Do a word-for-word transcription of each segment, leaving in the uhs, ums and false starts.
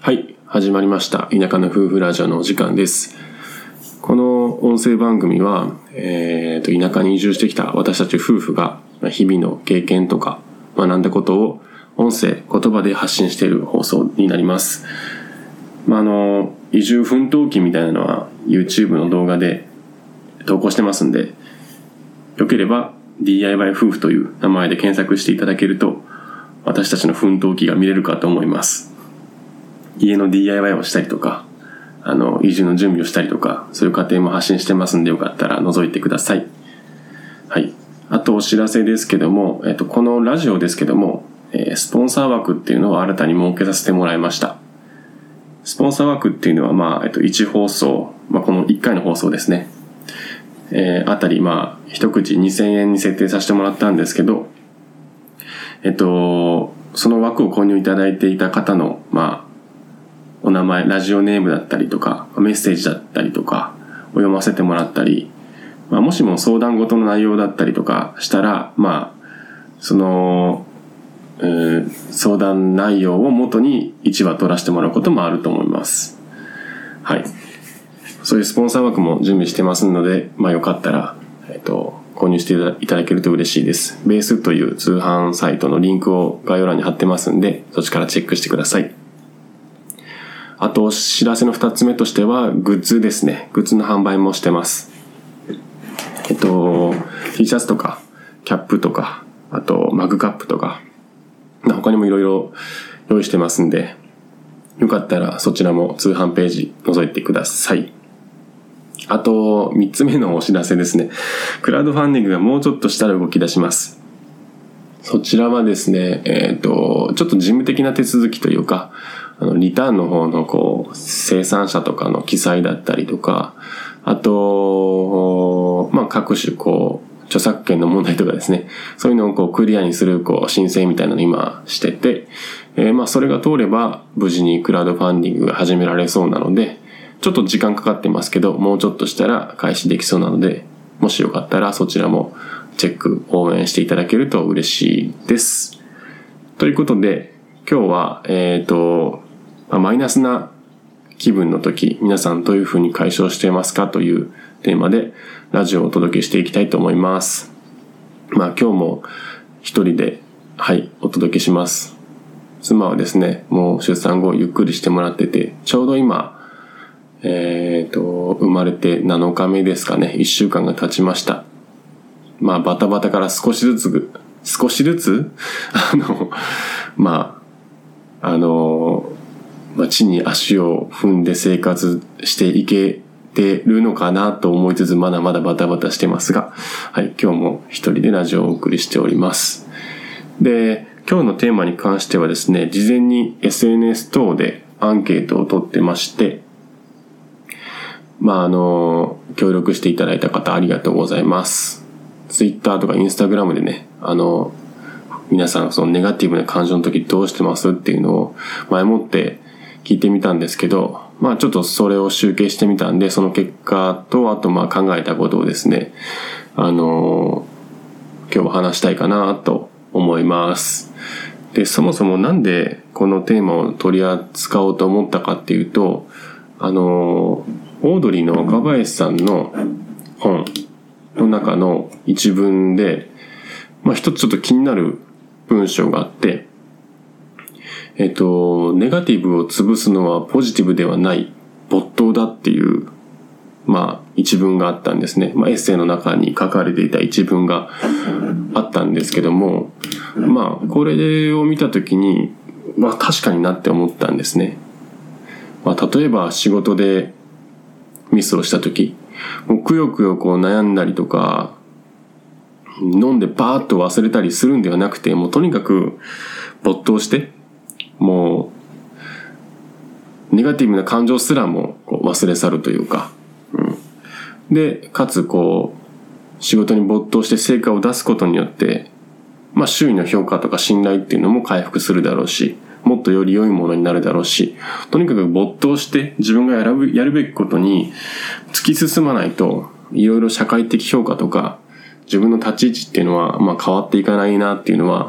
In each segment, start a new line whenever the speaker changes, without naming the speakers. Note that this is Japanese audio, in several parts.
はい、始まりました。田舎の夫婦ラジオのお時間です。この音声番組は、えー、と田舎に移住してきた私たち夫婦が日々の経験とか学んだことを音声、言葉で発信している放送になります。まあ、あの移住奮闘記みたいなのは YouTube の動画で投稿してますんで、よければ ディーアイワイ 夫婦という名前で検索していただけると私たちの奮闘記が見れるかと思います。家の ディーアイワイ をしたりとか、あの移住の準備をしたりとか、そういう過程も発信してますんで、よかったら覗いてください。はい。あとお知らせですけども、えっとこのラジオですけども、えー、スポンサー枠っていうのを新たに設けさせてもらいました。スポンサー枠っていうのは、まあえっといち放送、まあこのいっかいの放送ですね。えー、あたりまあ一口にせんえんに設定させてもらったんですけど、えっとその枠を購入いただいていた方のまあお名前、ラジオネームだったりとか、メッセージだったりとかを読ませてもらったり、まあ、もしも相談事の内容だったりとかしたら、まあ、その、えー、相談内容を元にいちわ取らせてもらうこともあると思います。はい。そういうスポンサー枠も準備してますので、まあよかったら、えっと、購入していただけると嬉しいです。ベースという通販サイトのリンクを概要欄に貼ってますんで、そっちからチェックしてください。あとお知らせの二つ目としてはグッズですね。グッズの販売もしてます。えっと T シャツとかキャップとか、あとマグカップとか、他にもいろいろ用意してますんで、よかったらそちらも通販ページ覗いてください。あと三つ目のお知らせですね。クラウドファンディングがもうちょっとしたら動き出します。そちらはですね、えっとちょっと事務的な手続きというか、あのリターンの方のこう生産者とかの記載だったりとか、あとまあ各種こう著作権の問題とかですね、そういうのをこうクリアにするこう申請みたいなのを今してて、えー、まあそれが通れば無事にクラウドファンディングが始められそうなので、ちょっと時間かかってますけど、もうちょっとしたら開始できそうなので、もしよかったらそちらもチェック応援していただけると嬉しいです。ということで今日はえっとマイナスな気分の時、皆さんどういうふうに解消していますかというテーマでラジオをお届けしていきたいと思います。まあ今日も一人ではいお届けします。妻はですね、もう出産後ゆっくりしてもらってて、ちょうど今えっと生まれてなのかめですかね、いっしゅうかんが経ちました。まあバタバタから少しずつ少しずつあのまああの地に足を踏んで生活していけてるのかなと思いつつ、まだまだバタバタしてますが、はい、今日も一人でラジオをお送りしております。で、今日のテーマに関してはですね、事前に エスエヌエス 等でアンケートを取ってまして、まああの協力していただいた方ありがとうございます。Twitter とか Instagram でね、あの皆さんそのネガティブな感情の時どうしてますっていうのを前もって聞いてみたんですけど、まあちょっとそれを集計してみたんで、その結果と、あとまあ考えたことをですね、あのー、今日は話したいかなと思います。で、そもそもなんでこのテーマを取り扱おうと思ったかっていうと、あのー、オードリーの若林さんの本の中の一文で、まあ一つちょっと気になる文章があって、えっと、ネガティブを潰すのはポジティブではない没頭だっていう、まあ、一文があったんですね。まあ、エッセイの中に書かれていた一文があったんですけども、まあ、これを見たときに、まあ、確かになって思ったんですね。まあ、例えば仕事でミスをしたとき、もうくよくよこう悩んだりとか、飲んでバーッと忘れたりするんではなくて、もうとにかく没頭して、もうネガティブな感情すらもこう忘れ去るというか、うん、でかつこう仕事に没頭して成果を出すことによって、まあ、周囲の評価とか信頼っていうのも回復するだろうし、もっとより良いものになるだろうし、とにかく没頭して自分がやる、やるべきことに突き進まないと、いろいろ社会的評価とか自分の立ち位置っていうのは、まあ、変わっていかないなっていうのは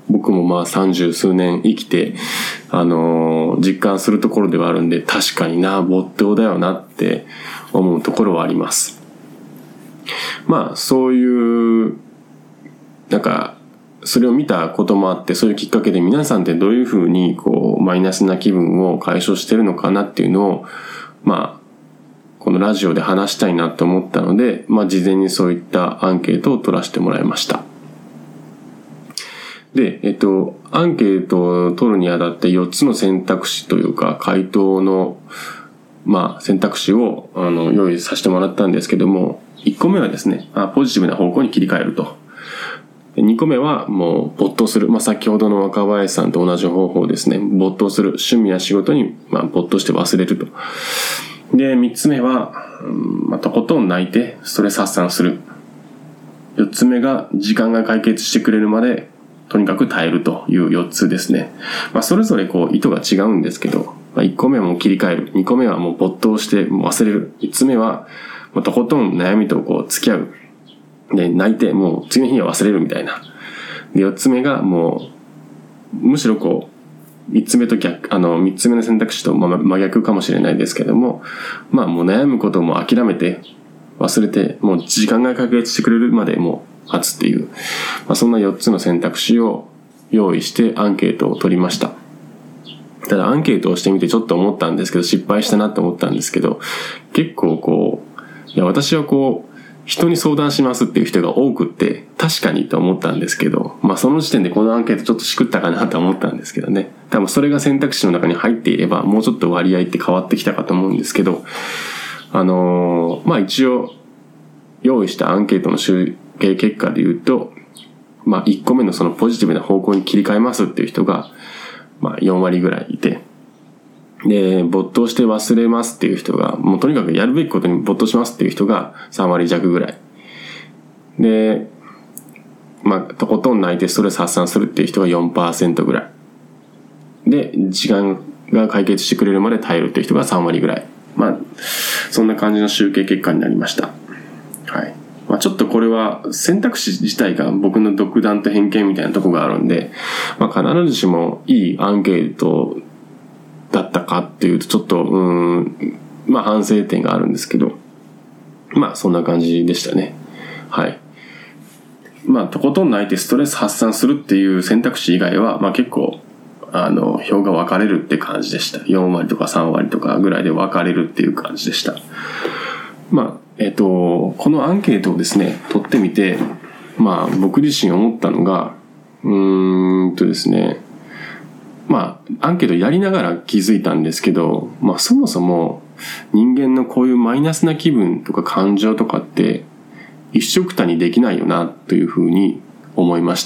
僕もまあ三十数年生きて、あのー、実感するところではあるんで、確かにな、没頭だよなって思うところはあります。まあそういうなんかそれを見たこともあって、そういうきっかけで皆さんってどういうふうにこうマイナスな気分を解消してるのかなっていうのを、まあこのラジオで話したいなと思ったので、まあ事前にそういったアンケートを取らせてもらいました。で、えっと、アンケートを取るにあたってよっつの選択肢というか、回答の、まあ、選択肢を、あの、用意させてもらったんですけども、いっこめはですね、ポジティブな方向に切り替えると。にこめは、もう、没頭する。まあ、先ほどの若林さんと同じ方法ですね。没頭する。趣味や仕事に、まあ、没頭して忘れると。で、みっつめは、まあ、とことん泣いて、ストレス発散する。よっつめが、時間が解決してくれるまで、とにかく耐えるというよっつですね。まあ、それぞれこう意図が違うんですけど、まあ、いっこめはもう切り替える。にこめはもう没頭してもう忘れる。みっつめは、もうとことん悩みとこう付き合う。で、泣いてもう次の日には忘れるみたいな。で、よっつめがもう、むしろこう、みっつめと逆、あの、みっつめの選択肢と真逆かもしれないですけども、まあもう悩むことも諦めて、忘れて、もう時間が解決してくれるまでもう、待つっていう、まあ、そんなよっつの選択肢を用意してアンケートを取りました。ただアンケートをしてみてちょっと思ったんですけど、失敗したなと思ったんですけど、結構こう、いや私はこう、人に相談しますっていう人が多くって、確かにと思ったんですけど、まあその時点でこのアンケートちょっとしくったかなと思ったんですけどね。多分それが選択肢の中に入っていれば、もうちょっと割合って変わってきたかと思うんですけど、あのー、まあ一応、用意したアンケートの集計結果で言うと、まあいっこめのそのポジティブな方向に切り替えますっていう人が、まあよんわりぐらいいて、で、没頭して忘れますっていう人が、もうとにかくやるべきことに没頭しますっていう人がさんわり弱ぐらい。で、まあとことん泣いてストレス発散するっていう人が よんパーセント ぐらい。で、時間が解決してくれるまで耐えるっていう人がさんわりぐらい。まあ、そんな感じの集計結果になりました。はい。まあ、ちょっとこれは選択肢自体が僕の独断と偏見みたいなところがあるんで、まあ、必ずしもいいアンケートだったかっていうとちょっと、うーん、まあ反省点があるんですけど、まあそんな感じでしたね。はい。まあとことん泣いてストレス発散するっていう選択肢以外は、まあ結構、あの、票が分かれるって感じでした。よんわりとかさんわりとかぐらいで分かれるっていう感じでした。まあ、えっと、このアンケートをですね、取ってみて、まあ僕自身思ったのが、うーんとですね、まあアンケートやりながら気づいたんですけど、まあそもそも人間のこういうマイナスな気分とか感情とかって一緒くたにできないよなというふうに思いました。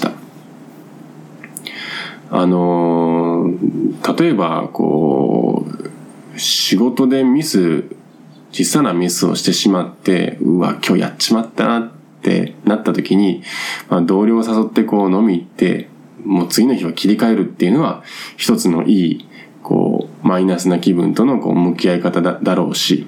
あの、例えばこう、仕事でミス、小さなミスをしてしまって、うわ、今日やっちまったなってなった時に、まあ、同僚を誘ってこう飲み行って、もう次の日は切り替えるっていうのは、一つのいい、こう、マイナスな気分とのこう向き合い方だ、だろうし、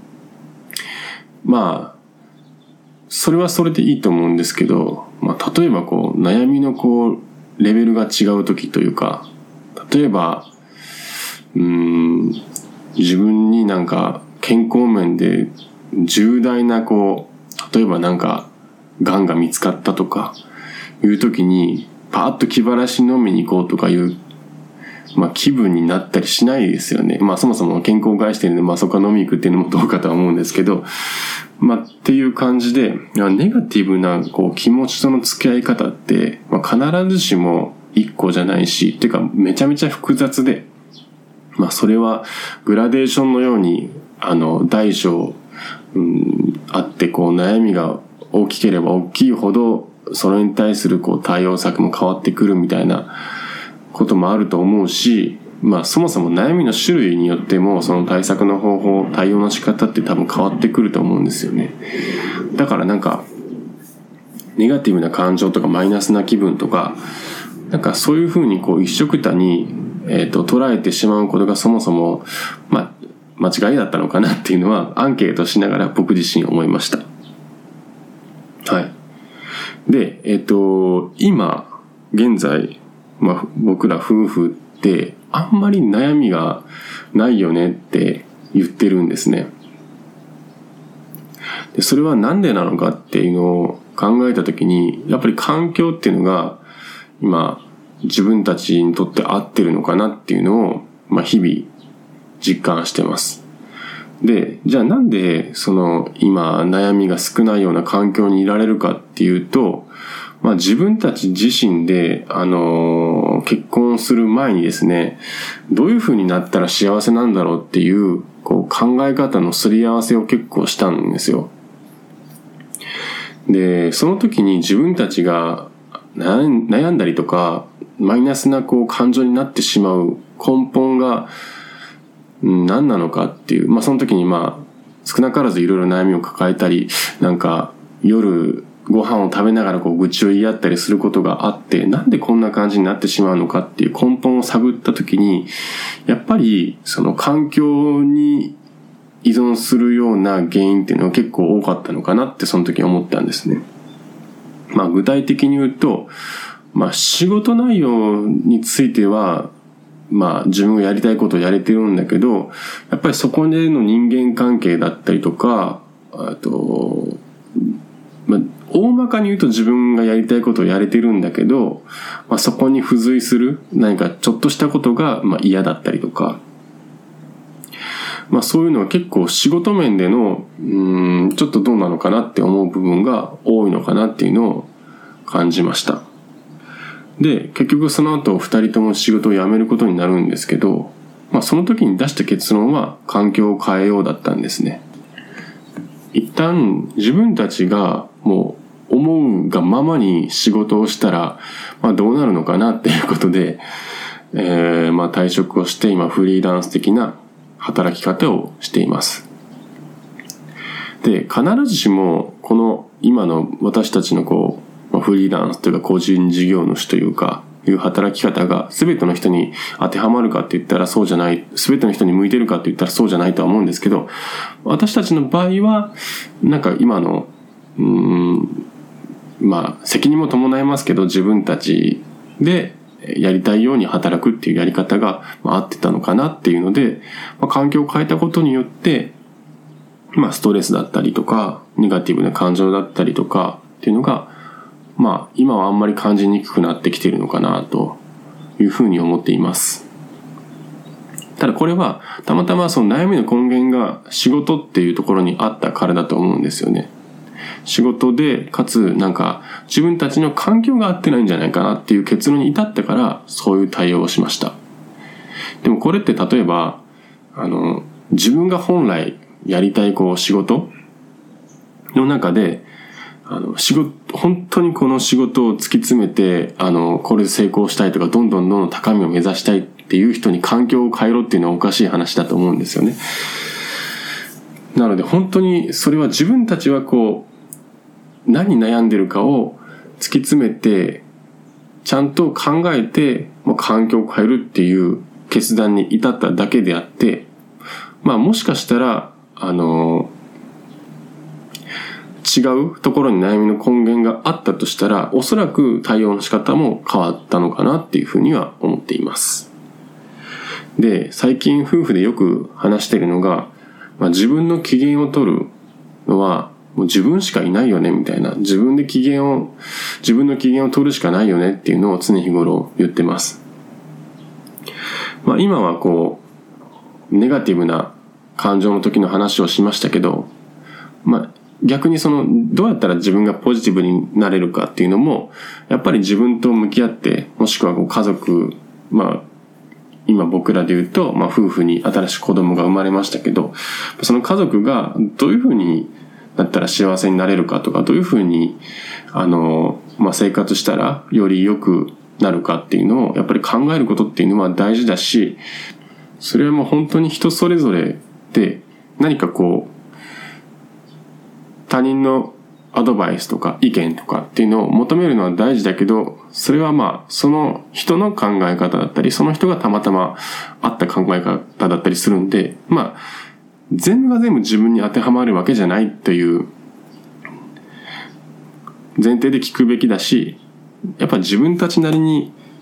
まあ、それはそれでいいと思うんですけど、まあ、例えばこう、悩みのこう、レベルが違う時というか、例えば、うーん、自分になんか、健康面で重大なこう、例えばなんか、癌が見つかったとか、いう時に、パーッと気晴らし飲みに行こうとかいう、まあ気分になったりしないですよね。まあそもそも健康を害してるんで、まあそこは飲みに行くっていうのもどうかとは思うんですけど、まあっていう感じで、ネガティブなこう気持ちとの付き合い方って、まあ必ずしも一個じゃないし、っていうかめちゃめちゃ複雑で、まあそれはグラデーションのように、あの、大小、うん、あってこう悩みが大きければ大きいほど、それに対するこう対応策も変わってくるみたいなこともあると思うし、まあそもそも悩みの種類によってもその対策の方法、対応の仕方って多分変わってくると思うんですよね。だからなんかネガティブな感情とかマイナスな気分とか、なんかそういうふうにこう一緒くたに、えーと、捉えてしまうことがそもそもまあ間違いだったのかなっていうのはアンケートしながら僕自身思いました。はい。で、えっと、今、現在、 まあ僕ら夫婦ってあんまり悩みがないよねって言ってるんですね。でそれはなんでなのかっていうのを考えたときに、やっぱり環境っていうのが今自分たちにとって合ってるのかなっていうのを、まあ、日々実感してます。で、じゃあなんでその今悩みが少ないような環境にいられるかっていうと、まあ自分たち自身で、あのー、結婚する前にですね、どういう風になったら幸せなんだろうっていう、こう考え方のすり合わせを結構したんですよ。で、その時に自分たちが悩んだりとか、マイナスなこう感情になってしまう根本が何なのかっていう、まあその時にまあ少なからずいろいろ悩みを抱えたり、なんか夜ご飯を食べながらこう愚痴を言い合ったりすることがあって、なんでこんな感じになってしまうのかっていう根本を探った時に、やっぱりその環境に依存するような原因っていうのは結構多かったのかなってその時に思ったんですね。まあ具体的に言うと、まあ仕事内容については、まあ自分がやりたいことをやれてるんだけど、やっぱりそこでの人間関係だったりとか、あと、まあ大まかに言うと自分がやりたいことをやれてるんだけど、まあそこに付随する何かちょっとしたことがまあ嫌だったりとか、まあそういうのは結構仕事面でのうーんちょっとどうなのかなって思う部分が多いのかなっていうのを感じました。で、結局その後二人とも仕事を辞めることになるんですけど、まあその時に出した結論は環境を変えようだったんですね。一旦自分たちがもう思うがままに仕事をしたら、まあどうなるのかなっていうことで、えー、まあ退職をして今フリーランス的な働き方をしています。で、必ずしもこの今の私たちのこうフリーランスというか個人事業主というかいう働き方が全ての人に当てはまるかって言ったらそうじゃない、全ての人に向いてるかって言ったらそうじゃないとは思うんですけど、私たちの場合はなんか今のうーんまあ責任も伴いますけど、自分たちでやりたいように働くっていうやり方が合ってたのかなっていうので、まあ、環境を変えたことによってまあストレスだったりとかネガティブな感情だったりとかっていうのがまあ今はあんまり感じにくくなってきているのかなというふうに思っています。ただこれはたまたまその悩みの根源が仕事っていうところにあったからだと思うんですよね。仕事でかつなんか自分たちの環境が合ってないんじゃないかなっていう結論に至ってからそういう対応をしました。でもこれって例えばあの自分が本来やりたいこう仕事の中であの仕事本当にこの仕事を突き詰めてあのこれで成功したいとかどんどんどんどん高みを目指したいっていう人に環境を変えろっていうのはおかしい話だと思うんですよね。なので本当にそれは自分たちはこう何に悩んでるかを突き詰めてちゃんと考えてもう環境を変えるっていう決断に至っただけであって、まあもしかしたらあの違うところに悩みの根源があったとしたら、おそらく対応の仕方も変わったのかなっていうふうには思っています。で、最近夫婦でよく話しているのが、まあ、自分の機嫌を取るのはもう自分しかいないよねみたいな、自分で機嫌を自分の機嫌を取るしかないよねっていうのを常日頃言ってます。まあ今はこうネガティブな感情の時の話をしましたけど、まあ逆にそのどうやったら自分がポジティブになれるかっていうのもやっぱり自分と向き合って、もしくはこう家族、まあ今僕らで言うと、まあ夫婦に新しい子供が生まれましたけど、その家族がどういうふうになったら幸せになれるかとか、どういうふうにあの、まあ、生活したらより良くなるかっていうのをやっぱり考えることっていうのは大事だし、それはもう本当に人それぞれで何かこう他人のアドバイスとか意見とかっていうのを求めるのは大事だけど、それはまあその人の考え方だったり、その人がたまたまあった考え方だったりするんで、まあ全部が全部自分に当てはまるわけじゃないという前提で聞くべきだし、やっぱ自分たちなりに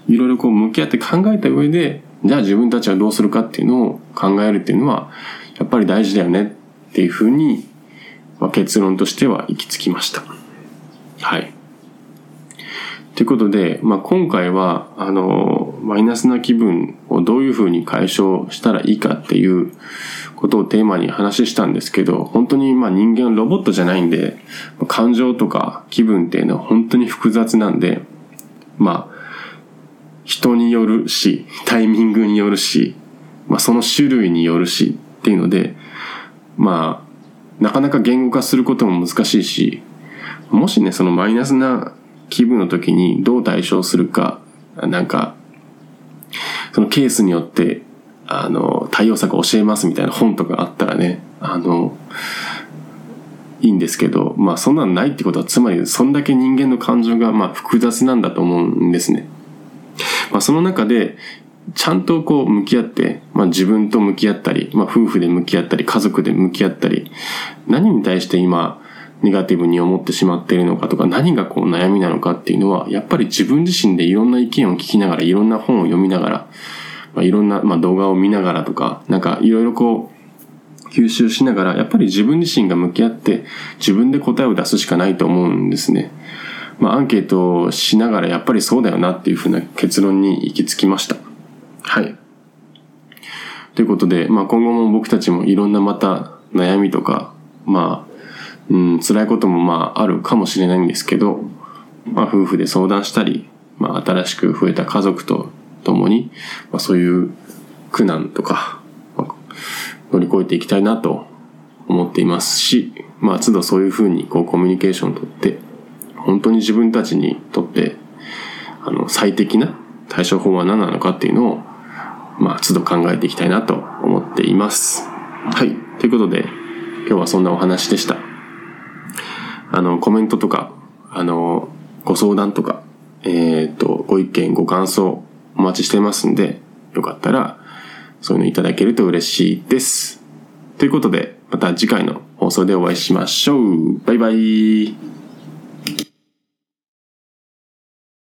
いろいろこう向き合って考えた上で、じゃあ自分たちはどうするかっていうのを考えるっていうのはやっぱり大事だよねっていうふうに、まあ、結論としては行き着きました。はい。ということで、まあ、今回はあのマイナスな気分をどういうふうに解消したらいいかっていうことをテーマに話したんですけど、本当にまあ人間はロボットじゃないんで、感情とか気分っていうのは本当に複雑なんで、まあ人によるし、タイミングによるし、まあその種類によるしっていうので、まあなかなか言語化することも難しいし、もしねそのマイナスな気分の時にどう対処するか、なんかそのケースによってあの対応策を教えますみたいな本とかあったらね、あのいいんですけど、まあそんなのないってことは、つまりそんだけ人間の感情がまあ複雑なんだと思うんですね。まあその中でちゃんとこう向き合って、まあ自分と向き合ったり、まあ夫婦で向き合ったり、家族で向き合ったり、何に対して今ネガティブに思ってしまっているのかとか、何がこう悩みなのかっていうのは、やっぱり自分自身でいろんな意見を聞きながら、いろんな本を読みながら、まあ、いろんな、まあ、動画を見ながらとか、なんかいろいろこう吸収しながら、やっぱり自分自身が向き合って自分で答えを出すしかないと思うんですね。まあアンケートをしながらやっぱりそうだよなっていうふうな結論に行き着きました。はい。ということで、まあ今後も僕たちもいろんなまた悩みとか、まあ、うん、辛いこともまああるかもしれないんですけど、まあ夫婦で相談したり、まあ新しく増えた家族と共に、まあ、そういう苦難とか、まあ、乗り越えていきたいなと思っていますし、まあ都度そういうふうにこうコミュニケーションをとって、本当に自分たちにとってあの最適な対処法は何なのかっていうのを、まあ都度考えていきたいなと思っています。はい。ということで、今日はそんなお話でした。あの、コメントとか、あの、ご相談とか、えっと、ご意見、ご感想、お待ちしてますんで、よかったらそういうのいただけると嬉しいです。ということで、また次回の放送でお会いしましょう。バイバイ。